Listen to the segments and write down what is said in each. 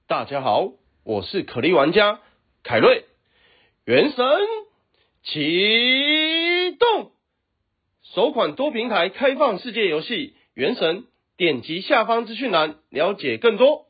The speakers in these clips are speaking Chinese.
大家好，我是可莉玩家凯瑞。原神启动，首款多平台开放世界游戏《原神》，点击下方资讯栏了解更多。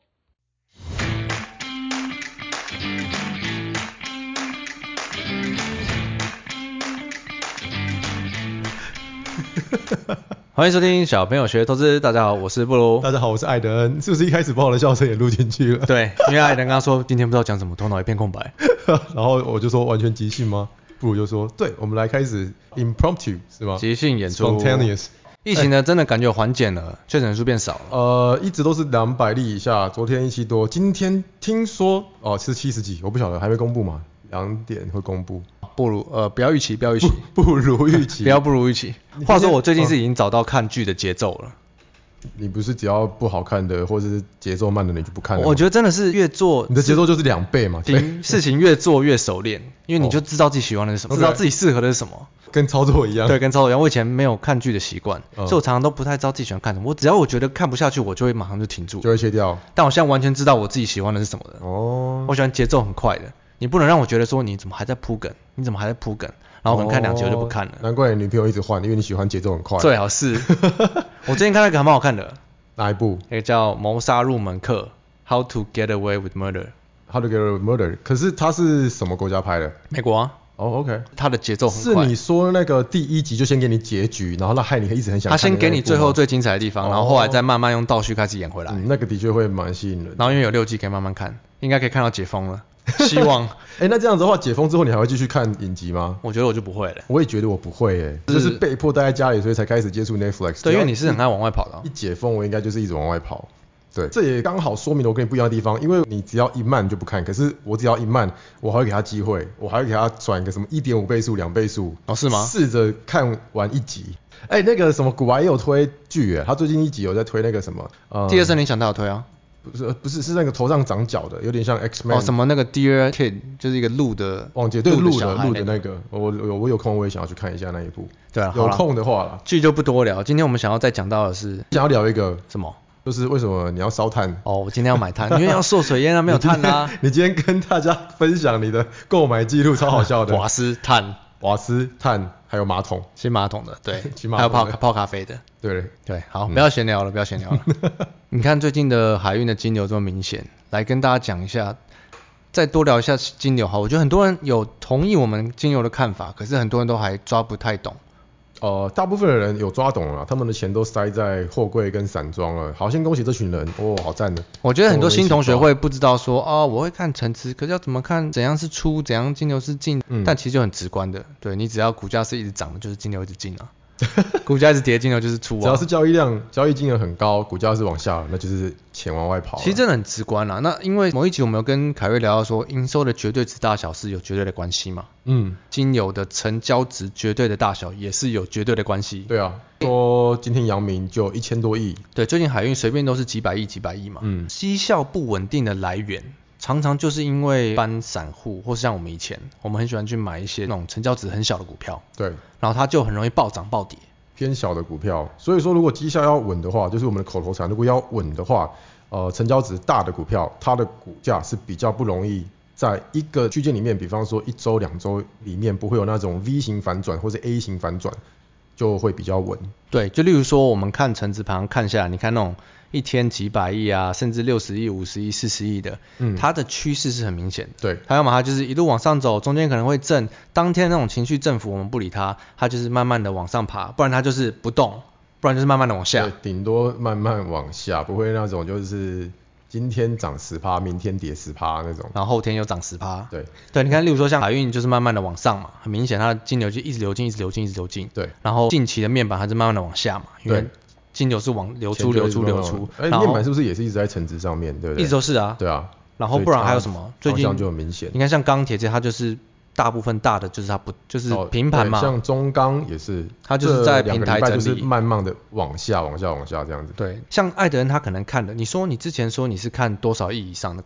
欢迎收听小朋友学投资，大家好，我是布鲁。 大家好，我是艾德恩。是不是一开始把我的笑声也录进去了？ 对，因为艾德恩刚刚说今天不知道讲什么，头脑一片空白。 然后我就说完全即兴吗？布鲁就说对，我们来开始 impromptu 是吗？ 即兴演出 ，spontaneous。 疫情呢，真的感觉有缓解了，确诊人数变少了。 一直都是200例以下，昨天170多，今天听说是70几，我不晓得，还没公布嘛，2点会公布。 不要预期，不要预期， 不如预期， 不如预期。话说我最近是已经找到看剧的节奏了。 你不是只要不好看的或者是节奏慢的你就不看了吗？ 我觉得真的是越做你的节奏就是2倍嘛， 事情越做越熟练，因为你就知道自己喜欢的是什么，知道自己适合的是什么。 跟操作一样。 对，跟操作一样。我以前没有看剧的习惯，所以我常常都不太知道自己喜欢看什么。只要我觉得看不下去，我就会马上就停住， 就会切掉。 但我现在完全知道我自己喜欢的是什么的。我喜欢节奏很快的，你不能让我觉得说你怎么还在铺梗，然后可能看2集我就不看了。 难怪你女朋友一直换，因为你喜欢节奏很快。 最好是。我最近看那个还蛮好看的。 哪一部？ 那个叫《谋杀入门课》，How to Get Away with Murder。How to Get Away with Murder。可是它是什么国家拍的？ 美国啊。 OK。 它的节奏很快。 是你说那个第1集就先给你结局，然后那害你一直很想看。 他先给你最后最精彩的地方，然后后来再慢慢用倒叙开始演回来。 那个的确会蛮吸引人。 然后因为有6季可以慢慢看，应该可以看到解封了。希望。 那这样子的话，解封之后你还会继续看影集吗？ 我觉得我就不会了。 我也觉得我不会就是被迫待在家里，所以才开始接触 Netflix。 对，因为你是很爱往外跑的。 一解封我应该就是一直往外跑。对，这也刚好说明了我跟你不一样的地方，因为你只要一慢就不看，可是我只要一慢，我还会给他机会，我还会给他转个什么1.5倍速、2倍速。 是吗？ 试着看完1集。那个什么古玩也有推剧他最近1集有在推那个什么第二森林想他有推啊。 不是那个头上长角的，有点像 X-Men。 什么那个 Dear Kid， 就是一个鹿的， 忘记对鹿的那个，我有空我也想要去看一下那一部。 对啊， 有空的话啦。 剧就不多聊，今天我们想要再讲到的是， 想要聊一个什么？ 就是为什么你要烧炭？ 我今天要买炭，因为要受水淹没有炭啊。 你今天跟大家分享你的购买记录，超好笑的。 瓦斯炭， 还有马桶， 新马桶的，对， 还有泡咖啡的， 对， 好，不要闲聊了。你看最近的海运的金流这么明显，来跟大家讲一下，再多聊一下金流好。我觉得很多人有同意我们金流的看法，可是很多人都还抓不太懂。 大部分的人有抓懂了，他们的钱都塞在货柜跟散装了。好，先恭喜这群人，好赞的。 我觉得很多新同学会不知道说，我会看层次，可是要怎么看怎样是出，怎样金流是进，但其实就很直观的，对，你只要股价是一直涨的，就是金流一直进啊。股价一直跌，金流就是出啊。 只要是交易金额很高，股价是往下，那就是钱往外跑。 其实真的很直观啦。那因为某一集我们有跟凯瑞聊到说，营收的绝对值大小是有绝对的关系嘛。金流的成交值绝对的大小也是有绝对的关系。 对啊，说今天阳明就1000多亿。 对，最近海运随便都是几百亿嘛。绩效不稳定的来源，常常就是因为一般散户，或是像我们以前，我们很喜欢去买一些那种成交值很小的股票。 对。 然后它就很容易暴涨暴跌。 偏小的股票，所以说如果绩效要稳的话，就是我们的口头禅，如果要稳的话，成交值大的股票，它的股价是比较不容易在一个区间里面，比方说1周2周里面不会有那种 V 型反转或者 A 型反转，就会比较稳。 对，就例如说我们看成值盘看下来，你看那种一天几百亿啊，甚至60亿、50亿、40亿的，它的趋势是很明显的。 对， 它要么它就是一路往上走，中间可能会震，当天那种情绪振幅我们不理它，它就是慢慢的往上爬，不然它就是不动，不然就是慢慢的往下。 对，顶多慢慢往下，不会那种就是今天涨10%，明天跌10%那种， 然后后天又涨10%。 对， 你看，例如说像海运就是慢慢的往上嘛，很明显它的金流就一直流进。 对， 然后近期的面板还是慢慢的往下嘛，因为金流是往流出。 面板是不是也是一直在成值上面，对不对？ 一直都是啊。 对啊。 然后不然还有什么？最近就很明显。 你看像钢铁这它就是大部分大的就是它不就是平盘嘛。 像中钢也是， 它就是在平台整理， 就是慢慢的往下这样子。 对，像艾德恩他可能看的，你之前说你是看多少亿以上的股票？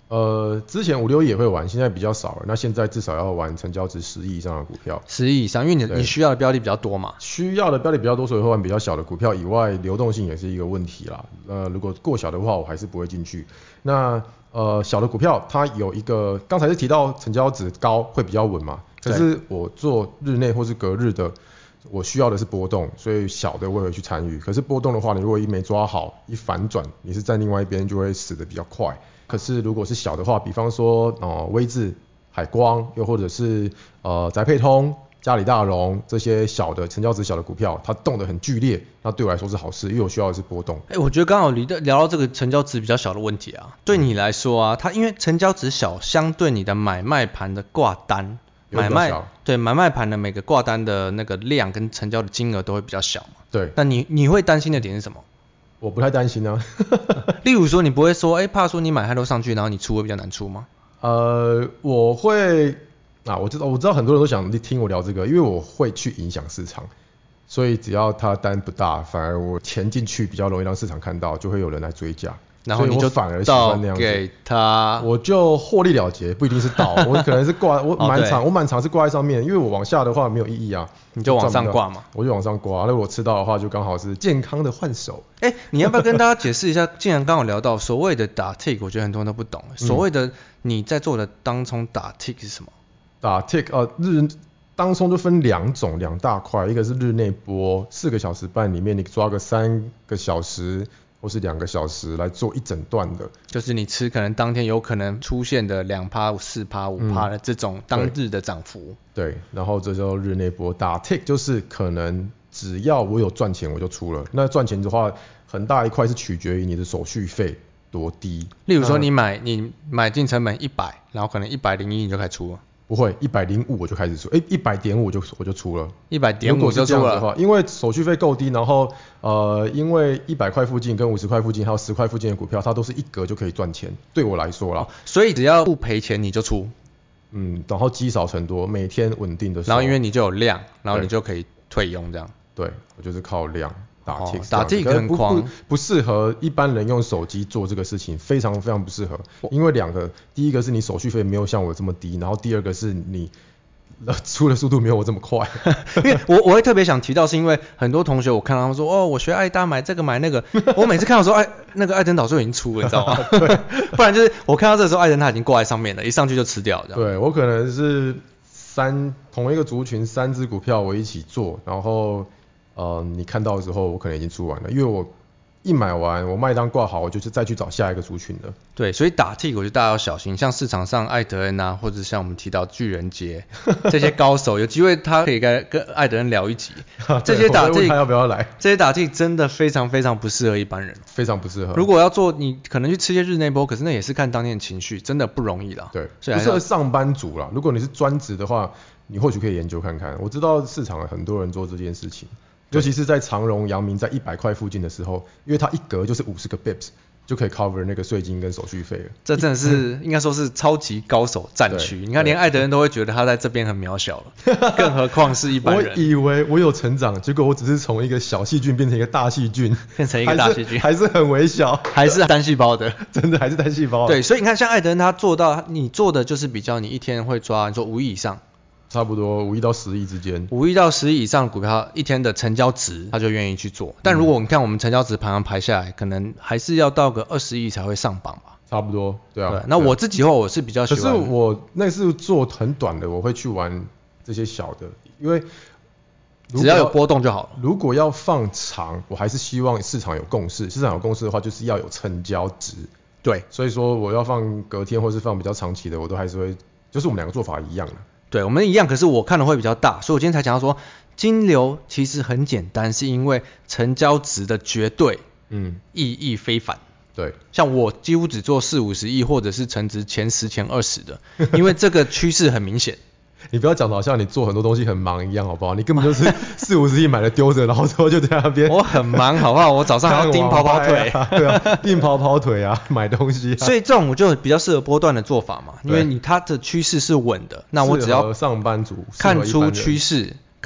之前5、6亿也会玩，现在比较少了。那现在至少要玩成交值10亿以上的股票。 10亿以上，因为你需要的标的比较多嘛。 需要的标的比较多，所以会玩比较小的股票以外，流动性也是一个问题啦。如果过小的话，我还是不会进去。那小的股票它有一个，刚才是提到成交值高会比较稳嘛。可是我做日内或是隔日的，我需要的是波动，所以小的我也会去参与。可是波动的话，你如果一没抓好，一反转，你是在另外一边就会死得比较快。可是如果是小的话，比方说威智、海光，又或者是宅配通、嘉里大荣这些小的成交值小的股票，它动得很剧烈，那对我来说是好事，因为我需要的是波动。 我觉得刚好聊到这个成交值比较小的问题啊，对你来说啊，它因为成交值小，相对你的买卖盘的挂单，买卖盘的每个挂单的那个量跟成交的金额都会比较小嘛。 对。 那你会担心的点是什么？ 我不太担心啊。 例如说，你不会说，怕说你买太多上去，然后你出会比较难出吗？ 我会我知道很多人都想听我聊这个，因为我会去影响市场，所以只要它单不大，反而我钱进去比较容易让市场看到，就会有人来追价。 然后你就反而喜欢那样子给他， 我就获利了结，不一定是倒，我可能是挂，我满场是挂在上面，因为我往下的话没有意义啊， 你就往上挂嘛， 我就往上挂，那我吃到的话就刚好是健康的换手。 你要不要跟大家解释一下？既然刚好聊到所谓的打 tick， 我觉得很多人都不懂，所谓的你在做的当冲打 tick 是什么？ 打 tick 当冲就分2大块，一个是日内波4个小时半里面你抓个3个小时。或是2个小时来做一整段的， 就是你吃可能当天有可能出现的2%、4%、5%的这种当日的涨幅。 对，然后这叫日内波。打 tick 就是可能只要我有赚钱我就出了，那赚钱的话很大一块是取决于你的手续费多低。 例如说你买进成本100，然后可能101你就开始出了。 不会，105我就开始出，100.5我就出了 ，100.5就出了。 的话，因为手续费够低，然后因为100块附近跟50块附近还有10块附近的股票，它都是一格就可以赚钱，对我来说啦。 所以只要不赔钱你就出。 然后积少成多，每天稳定的收。 然后因为你就有量，然后你就可以退用这样。 对，我就是靠量。 打 tick 很狂， 不适合一般人用手机做这个事情，非常非常不适合。因为第一个是你手续费没有像我这么低，然后第二个是你出的速度没有我这么快。 因为我会特别想提到，是因为很多同学我看到他们说，我学爱大买这个买那个，我每次看到说，那个艾登早就已经出了，你知道吗？对，不然就是我看到这个时候，艾登他已经挂在上面了，一上去就吃掉这样。 对，我可能是同一个族群3只股票我一起做，然后你看到的时候我可能已经出完了，因为我一买完我卖单挂好，我就是再去找下一个族群的。 对，所以打 tick 我觉得大家要小心，像市场上艾德恩啊，或者像我们提到巨人杰这些高手，有机会他可以跟艾德恩聊一集。这些打 tick 他要不要来？ 这些打 tick 真的非常非常不适合一般人， 非常不适合。 如果要做，你可能去吃些日内波，可是那也是看当天的情绪，真的不容易啦。 对，不适合上班族啦。如果你是专职的话，你或许可以研究看看。我知道市场很多人做这件事情。尤其是在长荣、阳明在100块附近的时候，因为它一格就是50个 bips 就可以 cover 那个税金跟手续费了。 这真的是应该说是超级高手战区。你看连艾德恩都会觉得他在这边很渺小了，更何况是一般人。 我以为我有成长，结果我只是从一个小细菌变成一个大细菌， 变成一个大细菌， 还是很微小， 还是单细胞的， 真的还是单细胞。 对，所以你看像艾德恩他做到，你做的就是比较你一天会抓，你说5亿以上。 差不多5亿到10亿之间 ，5亿到10亿以上的股票一天的成交值，他就愿意去做。但如果你看我们成交值排行排下来，可能还是要到个20亿才会上榜吧。 差不多，对啊。 对，那我自己的话，我是比较喜欢。 可是我那是做很短的，我会去玩这些小的，因为只要有波动就好了。 如果要放长，我还是希望市场有共识。市场有共识的话，就是要有成交值。 对， 所以说我要放隔天或是放比较长期的，我都还是会，就是我们2个做法一样的。 对，我们一样，可是我看的会比较大，所以我今天才讲到说，金流其实很简单，是因为成交值的绝对，意义非凡。 对， 像我几乎只做40-50亿，或者是成值前10、前20的，因为这个趋势很明显。 你不要讲的好像你做很多东西很忙一样，好不好？你根本就是40-50亿买了丢着，然后之后就在那边。 我很忙，好不好？我早上还要盯跑跑腿， 对啊，盯跑跑腿啊，买东西所以这种我就比较适合波段的做法嘛，因为它的趋势是稳的，那我只要上班族看出趋势，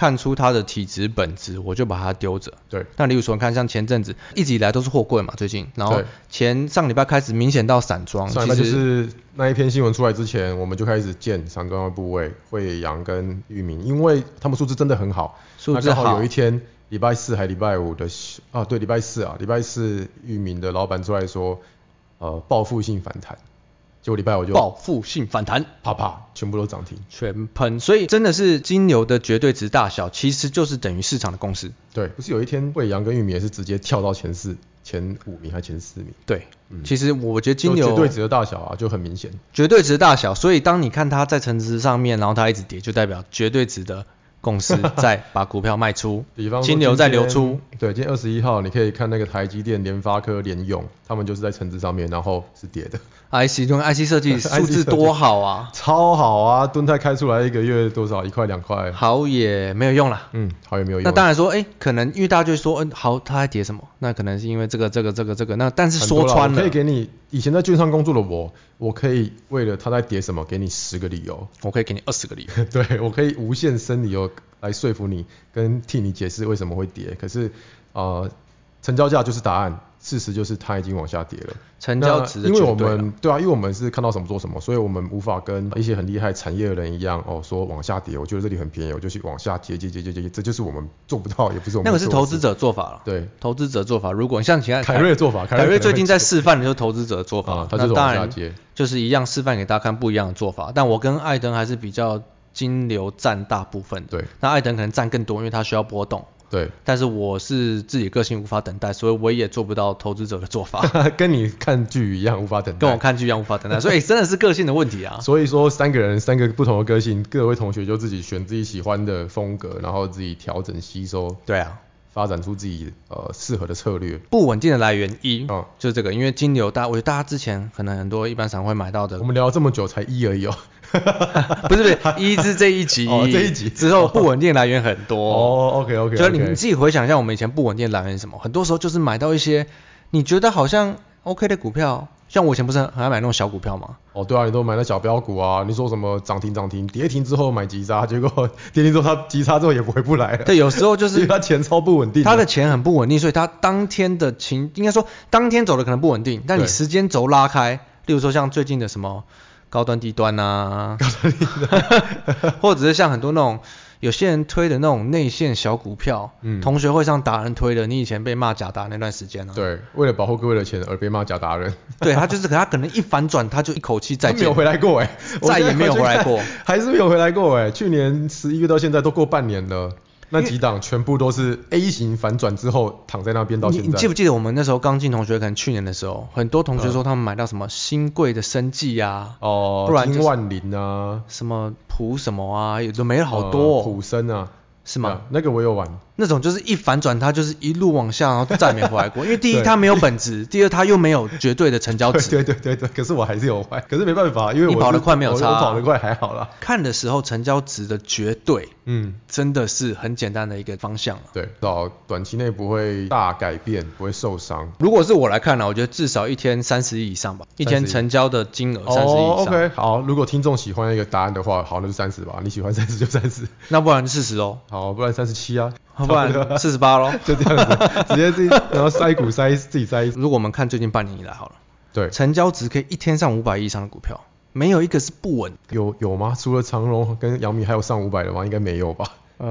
看出它的体质本质，我就把它丢着。 对。 那例如说，你看像前阵子一直以来都是货柜嘛，最近，然后上礼拜开始明显到散装， 上礼拜就是那一篇新闻出来之前，我们就开始建散装的部位，惠阳跟裕民，因为他们数字真的很好， 数字好。 那刚好有一天礼拜四还礼拜五的对，礼拜四裕民的老板出来说，报复性反弹。结果礼拜我就报复性反弹， 啪啪，全部都涨停， 全喷。所以真的是金牛的绝对值大小，其实就是等于市场的共识。 对，不是有一天惠阳跟裕民也是直接跳到前5名还前4名？ 对，其实我觉得金牛绝对值的大小啊就很明显， 绝对值大小。所以当你看它在成值上面，然后它一直跌，就代表绝对值的公司在把股票卖出， 比方说金牛在流出。 对，今天21号你可以看那个台积电、联发科、联咏，他们就是在成值上面，然后是跌的。 IC 用 IC 设计数字多好啊， 超好啊！敦泰开出来一个月多少？1块2块， 好也没有用啦。 好也没有用。 那当然说，可能因为大家就会说，好，它还跌什么？那可能是因为这个。那但是说穿了， 我可以给你以前在券商工作的我可以为了它在跌什么，给你10个理由， 我可以给你20个理由。 对，我可以无限生理由来说服你，跟替你解释为什么会跌。可是成交价就是答案。事实就是它已经往下跌了， 成交值的因为我们因为我们是看到什么做什么，所以我们无法跟一些很厉害产业的人一样说往下跌，我觉得这里很便宜，我就去往下跌，这就是我们做不到，也不是我们那个是投资者做法了。 对， 投资者做法，如果你像其他凯瑞的做法， 凯瑞最近在示范的就是投资者的做法， 他就是往下跌， 就是一样示范给大家看不一样的做法。但我跟艾登还是比较金流占大部分的， 对， 那艾登可能占更多，因为他需要波动。 对， 但是我是自己个性无法等待，所以我也做不到投资者的做法。 跟你看剧一样无法等待， 跟我看剧一样无法等待，所以真的是个性的问题啊。 所以说3个不同的个性，各位同学就自己选自己喜欢的风格，然后自己调整吸收。 对啊， 发展出自己适合的策略。 不稳定的来源就是这个，因为金牛我觉得大家之前可能很多一般散户会买到的。 我们聊了这么久才1而已哦。 不是1是这一集， 这一集之后不稳定的来源很多。 OK， 就是你自己回想一下，我们以前不稳定的来源是什么？很多时候就是买到一些你觉得好像 OK 的股票，像我以前不是很爱买那种小股票吗？ 对啊，你都买那小标股啊，你说什么涨停，跌停之后买急杀，结果跌停之后它急杀之后也回不来了。 对，有时候就是因为它钱超不稳定， 它的钱很不稳定，所以它当天的应该说当天走的可能不稳定，但你时间轴拉开，例如说像最近的什么高端低端啊，或者是像很多那种有些人推的那种内线小股票，同学会上达人推的，你以前被骂假达那段时间啊。 对，为了保护各位的钱而被骂假达人。 对，他可能一反转，他就一口气再见， 没有回来过再也没有回来过， 还是没有回来过去年11月到现在都过半年了。那几档全部都是 A 型反转之后躺在那边到现在。 你记不记得我们那时候刚进同学，可能去年的时候，很多同学说他们买到什么新贵的生技啊，不然金万林啊， 什么普什么啊，有的没了好多普生啊， 是吗？ 那个我有玩。 那种就是一反转，它就是一路往下，然后再也没回来过。因为第一它没有本质，第二它又没有绝对的成交值。 对，可是我还是有玩，可是没办法，因为你跑得快没有差， 我跑得快还好啦。 看的时候成交值的绝对，真的是很简单的一个方向了。 对，短期内不会大改变，不会受伤。 如果是我来看呢，我觉得至少一天30亿以上吧，一天成交的金额30亿以上。 OK， 好，如果听众喜欢一个答案的话，好，那就30吧。你喜欢30就30， 那不然40哦。 好，不然37啊。 不然48咯， 就这样子，直接自己然后筛股自己筛。 如果我们看最近半年以来好了， 对， 成交值可以一天上500亿以上的股票，没有一个是不稳。 有吗？除了长荣跟阳明还有上500的吗？应该没有吧。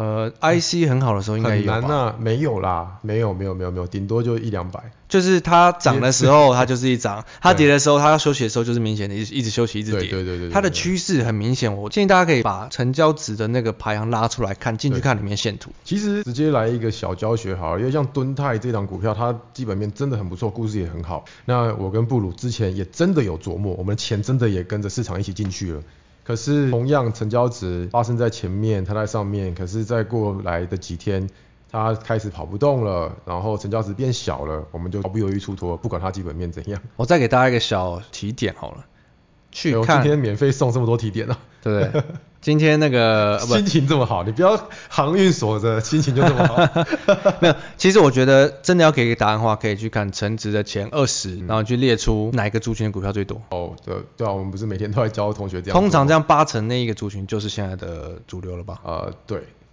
IC 很好的时候应该有吧。 很难啊，没有啦，没有，顶多就100-200。 就是它涨的时候它就是一涨，它跌的时候它要休息的时候就是明显的一直休息一直跌。 对， 它的趋势很明显，我建议大家可以把成交值的那个排行拉出来看，进去看里面线图。 其实直接来一个小教学好了，因为像敦泰这档股票，它基本面真的很不错，故事也很好。那我跟布鲁之前也真的有琢磨，我们钱真的也跟着市场一起进去了。可是同样成交值发生在前面，它在上面，可是再过来的几天，它开始跑不动了，然后成交值变小了，我们就毫不犹豫出脱，不管它基本面怎样。 我再给大家一个小提点好了，去看。 今天免费送这么多提点对不对？今天那个心情这么好，你不要航运锁着，心情就这么好。 没有，其实我觉得真的要给一个答案的话，可以去看成值的前20，然后去列出哪一个族群的股票最多。 对啊，我们不是每天都在教同学这样。 通常这样8成那一个族群就是现在的主流了吧？ 对，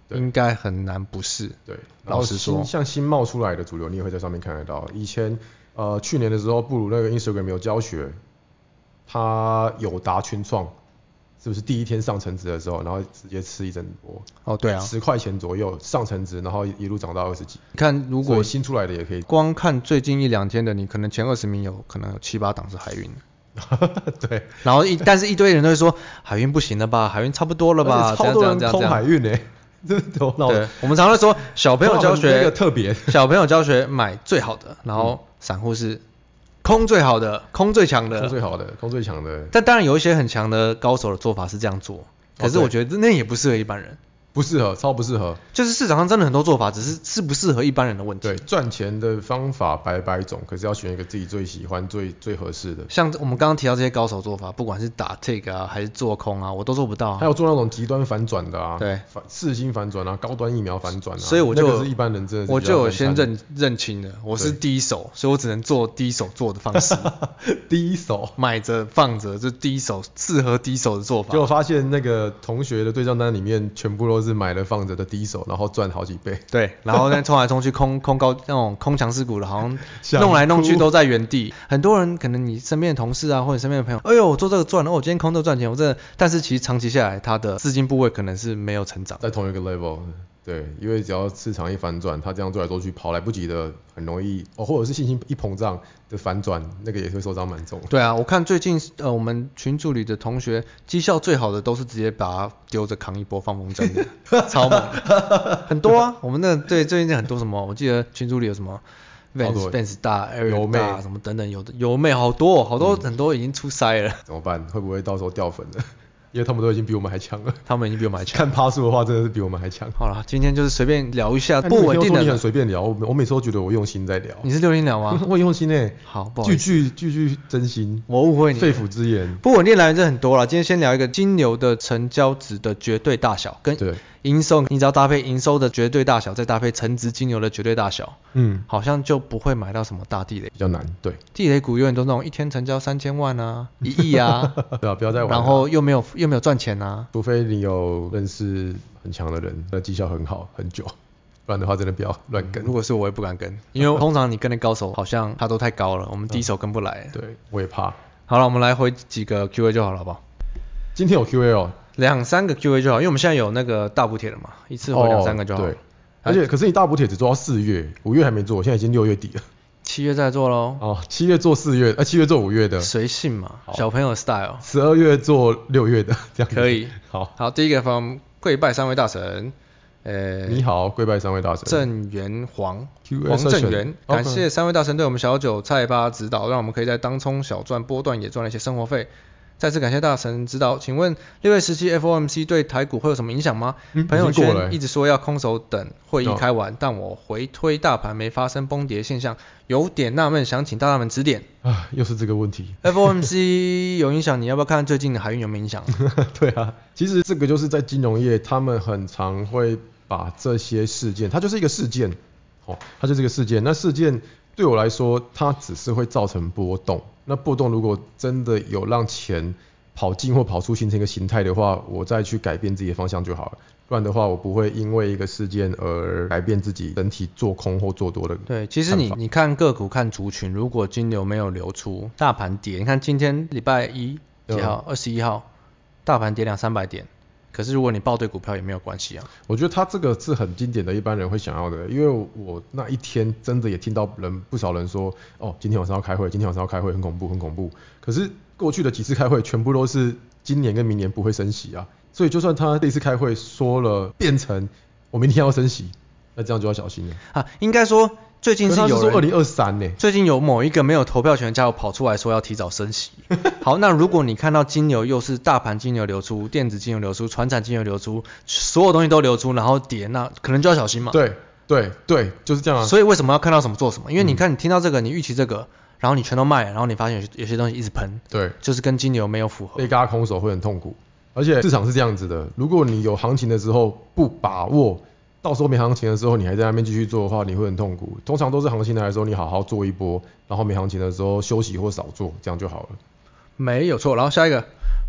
应该很难不是。 对，然后老实说， 像新冒出来的主流，你也会在上面看得到。以前去年的时候，布鲁那个 Instagram 有教学，他友达群创是不是第一天上成值的时候，然后直接吃一整波？ 哦，对啊 ，10块钱左右上成值，然后一路涨到20几。 你看，如果新出来的也可以， 光看最近1-2天的，你可能前20名有可能有7-8档是海运。 对， 然后但是一堆人都会说海运不行了吧，海运差不多了吧， 超多人空海运欸这头脑。 对，我们常常说小朋友教学那个特别， 小朋友教学买最好的，然后散户是空最好的，空最强的， 空最好的，空最强的。 但当然有一些很强的高手的做法是这样做，可是我觉得那也不适合一般人。 不适合，超不适合。 就是市场上真的很多做法，只是适不适合一般人的问题。 对，赚钱的方法百种，可是要选一个自己最喜欢、最合适的。 像我们刚刚提到这些高手做法，不管是打 take 啊，还是做空啊，我都做不到啊。 还有做那种极端反转的啊， 对， 4星反转啊，高端疫苗反转啊。 所以我就、 那个是一般人真的是我就有先认清了，我是第一手，所以我只能做第一手做的方式。 第一手买着放着，就第一手适合第一手的做法。 结果发现那个同学的对账单里面全部都是买了放着的第一手，然后赚好几倍。 对，然后再冲来冲去空高那种空强势股的，好像弄来弄去都在原地。很多人可能你身边的同事啊，或者身边的朋友，哎呦我做这个赚了，我今天空都赚钱，我真的，但是其实长期下来，他的资金部位可能是没有成长， 在同一个 level。对，因为只要市场一反转，他这样做来做去跑来不及的，很容易或者是信心一膨胀的反转，那个也会受伤蛮重。 对啊，我看最近我们群组里的同学绩效最好的都是直接把它丢着扛一波放风筝的，超猛，很多啊。我们对最近很多什么，我记得群组里有什么 Vans 大、Ariel 大什么等等，有妹好多很多已经出塞了。 怎么办？会不会到时候掉粉了？因为他们都已经比我们还强了。 他们已经比我们还强。 看趴数的话，真的是比我们还强。 好了，今天就是随便聊一下不稳定的。 你很随便聊，我每次都觉得我用心在聊。 你是60聊吗？ 我用心欸。 好，不好意思。 句真心。 我误会你。 肺腑之言。 不稳定来源真的很多了。今天先聊一个金牛的成交值的绝对大小，跟营收，你只要搭配营收的绝对大小，再搭配成值金牛的绝对大小，好像就不会买到什么大地雷。 比较难，对。 地雷股永远都那种一天成交3000万啊，1亿啊。 对啊，不要再玩了。 然后又没有赚钱啊。 除非你有认识很强的人，那绩效很好很久，不然的话真的不要乱跟。 如果是我也不敢跟，因为通常你跟的高手好像他都太高了，我们第一手跟不来。 对，我也怕。 好了，我们来回几个 Q&A 就好了，好不好？ 今天有 Q&A 哦 ，2-3个 Q&A 就好，因为我们现在有那个大补帖了嘛，一次回2-3个就好。 对，而且可是你大补帖只做到4月，5月还没做，现在已经6月底了。 7月再做咯。 哦，7月做4月，7月做5月的。 随性嘛，小朋友 style。 12月做6月的，这样子。 可以。 好， 第一个from跪拜3位大神。 你好，跪拜3位大神。 郑元黄正元，感谢3位大神对我们小韭菜吧指导，让我们可以在当冲小赚波段也赚了一些生活费。再次感谢大神指导，请问6月17 FOMC 对台股会有什么影响吗？朋友圈一直说要空手等会议开完，但我回推大盘没发生崩跌现象，有点纳闷，想请大大们指点。 又是这个问题。 FOMC 有影响，你要不要看最近的海运有没有影响？ 对啊，其实这个就是在金融业，他们很常会把这些事件，它就是一个事件，它就是一个事件。那事件对我来说，它只是会造成波动。那波动如果真的有让钱跑进或跑出形成一个形态的话，我再去改变自己的方向就好了。不然的话，我不会因为一个事件而改变自己整体做空或做多的。 对，其实你看个股看族群，如果金流没有流出，大盘跌，你看今天礼拜1几号？21号，大盘跌200-300点。可是如果你报对股票也没有关系啊。 我觉得他这个是很经典的，一般人会想要的，因为我那一天真的也听到不少人说，今天晚上要开会，今天晚上要开会，很恐怖很恐怖。可是过去的几次开会全部都是今年跟明年不会升息啊，所以就算他这次开会说了变成我明天要升息，那这样就要小心了。 应该说最近是有人说2023呢， 最近有某一个没有投票权的家伙跑出来说要提早升息。好，那如果你看到金牛又是大盘金牛流出、电子金牛流出、传产金牛流出，所有东西都流出，然后跌，那可能就要小心嘛。 对，就是这样啊。 所以为什么要看到什么做什么？因为你看你听到这个，你预期这个，然后你全都卖了，然后你发现有些东西一直喷， 对， 就是跟金牛没有符合。 被嘎空手会很痛苦，而且市场是这样子的，如果你有行情的时候不把握，到时候没行情的时候，你还在那边继续做的话，你会很痛苦。通常都是行情来的时候，你好好做一波，然后没行情的时候休息或少做，这样就好了。 没有错。然后下一个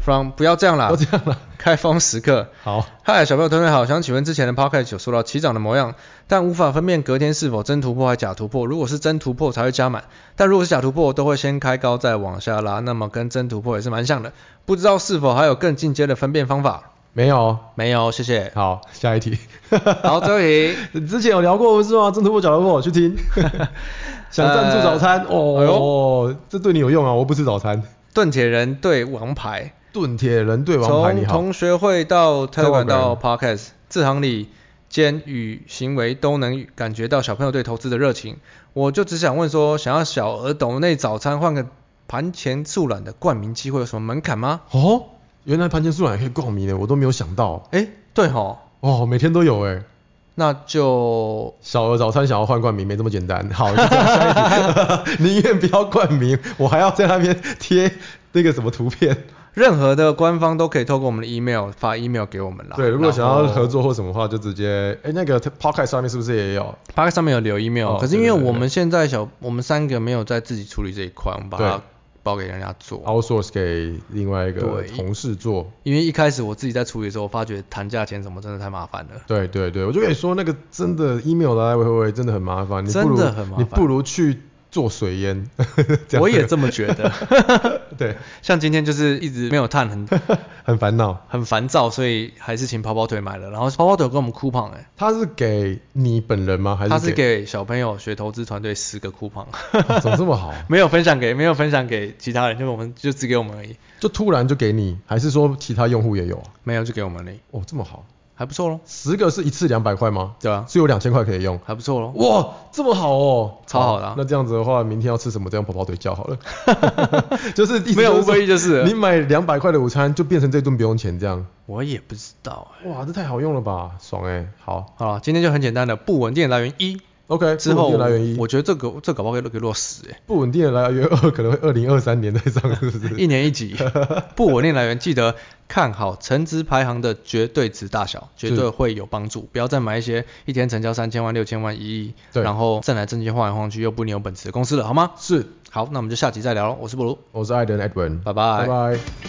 from 不要这样啦， 都这样了。 开封时刻。 好， 嗨，小朋友同学好，想请问之前的 podcast 有说到起涨的模样，但无法分辨隔天是否真突破还假突破。如果是真突破才会加满，但如果是假突破都会先开高再往下拉，那么跟真突破也是蛮像的。不知道是否还有更进阶的分辨方法？ 没有， 没有，谢谢。 好，下一题。 好，最后一题。 之前有聊过不是吗？真突破假突破，我去听。想赞助早餐哦，这对你有用啊！我不吃早餐。 盾铁人对王牌。 盾铁人对王牌，你好。 从同学会到Telegram到 Podcast， 字行里间与行为都能感觉到小朋友对投资的热情。我就只想问说，想要小额抖内早餐换个盘前速览的冠名机会有什么门槛吗？ 哦，原来盘前速览也可以冠名的，我都没有想到。 对齁。 哦，每天都有那就小额早餐想要换冠名没这么简单。好，就下一题。宁愿不要冠名，我还要在那边贴那个什么图片。 任何的官方都可以透过我们的 email 发 email 给我们啦。 对，如果想要合作或什么的话，就直接那个 podcast 上面是不是也有 ？podcast 上面有留 email，可是因为我们现在我们3个没有在自己处理这一块，我们把它包给人家做 ，outsource 给另外一个同事做。 因为一开始我自己在处理的时候，我发觉谈价钱什么真的太麻烦了。 对，我就跟你说，那个真的 email 来来回回真的很麻烦， 真的很麻烦， 你不如去做水烟。 我也这么觉得。 对， 像今天就是一直没有碳， 很烦恼， 很烦躁，所以还是请跑跑腿买了。然后跑跑腿跟我们 coupon 他是给你本人吗？还是他是给小朋友学投资团队10个 coupon。 怎么这么好？ 没有分享给其他人，就只给我们而已。 就突然就给你，还是说其他用户也有啊？ 没有，就给我们而已。 哦，这么好。 还不错咯。 10个是一次200块吗？ 对啊， 是有2000块可以用， 还不错咯。 哇，这么好哦， 超好的啊。 那这样子的话，明天要吃什么？这样跑跑腿叫好了。就是没有500亿就是你买200块的午餐就变成这顿不用钱这样。 我也不知道哇，这太好用了吧，爽好了，今天就很简单的不稳定的来源1。 OK， 之后不稳定的来源1， 我觉得这搞不好可以落10 不稳定的来源2可能会2023年再上，是不是？ 1年1集。不稳定来源记得看好成值排行的绝对值大小，绝对会有帮助。不要再买一些一天成交3000万、6000万、1亿，然后挣来挣去晃来晃去又不一定有本事的公司了，好吗？ 是。 好，那我们就下集再聊了。我是布鲁， 我是艾登 Edwin， 拜拜。 拜拜。